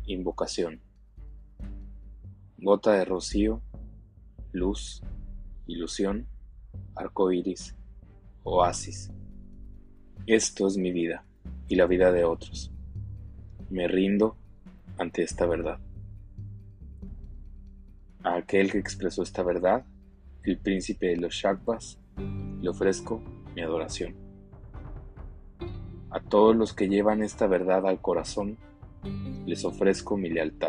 Invocación. Gota de rocío, luz, ilusión, arco iris, oasis. Esto es mi vida y la vida de otros. Me rindo ante esta verdad. A aquel que expresó esta verdad, el príncipe de los Shaktas, le ofrezco mi adoración. A todos los que llevan esta verdad al corazón, les ofrezco mi lealtad.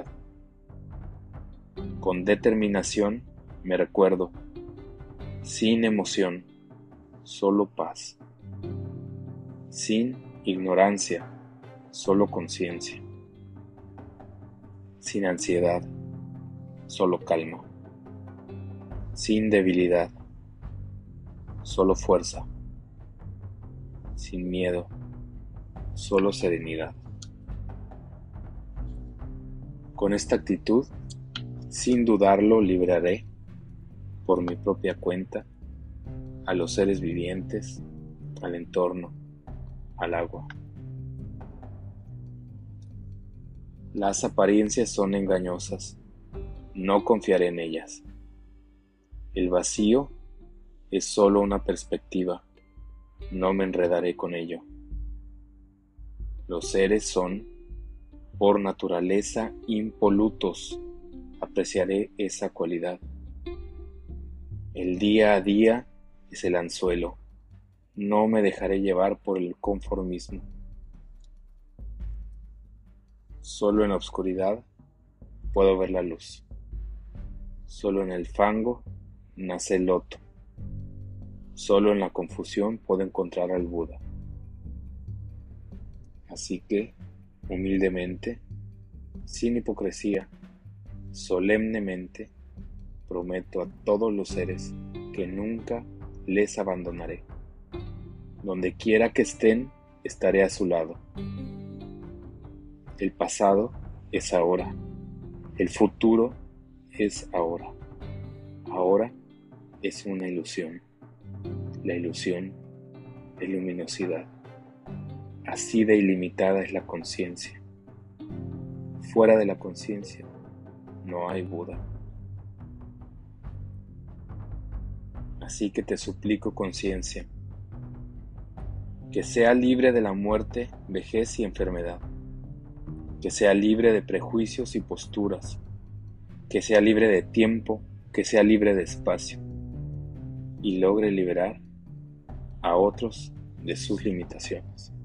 Con determinación me recuerdo, sin emoción, solo paz. Sin ignorancia, solo conciencia. Sin ansiedad, solo calma. Sin debilidad, solo fuerza. Sin miedo, solo serenidad. Con esta actitud, sin dudarlo, libraré, por mi propia cuenta, a los seres vivientes, al entorno, al agua. Las apariencias son engañosas, no confiaré en ellas. El vacío es solo una perspectiva, no me enredaré con ello. Los seres son, por naturaleza, impolutos, apreciaré esa cualidad. El día a día es el anzuelo, no me dejaré llevar por el conformismo. Solo en la oscuridad puedo ver la luz. Solo en el fango nace el loto. Solo en la confusión puedo encontrar al Buda. Así que, humildemente, sin hipocresía, solemnemente, prometo a todos los seres que nunca les abandonaré. Donde quiera que estén, estaré a su lado. El pasado es ahora. El futuro es ahora. Ahora es una ilusión. La ilusión es luminosidad. Así de ilimitada es la conciencia. Fuera de la conciencia no hay Buda. Así que te suplico, conciencia, que sea libre de la muerte, vejez y enfermedad, que sea libre de prejuicios y posturas, que sea libre de tiempo, que sea libre de espacio, y logre liberar a otros de sus limitaciones.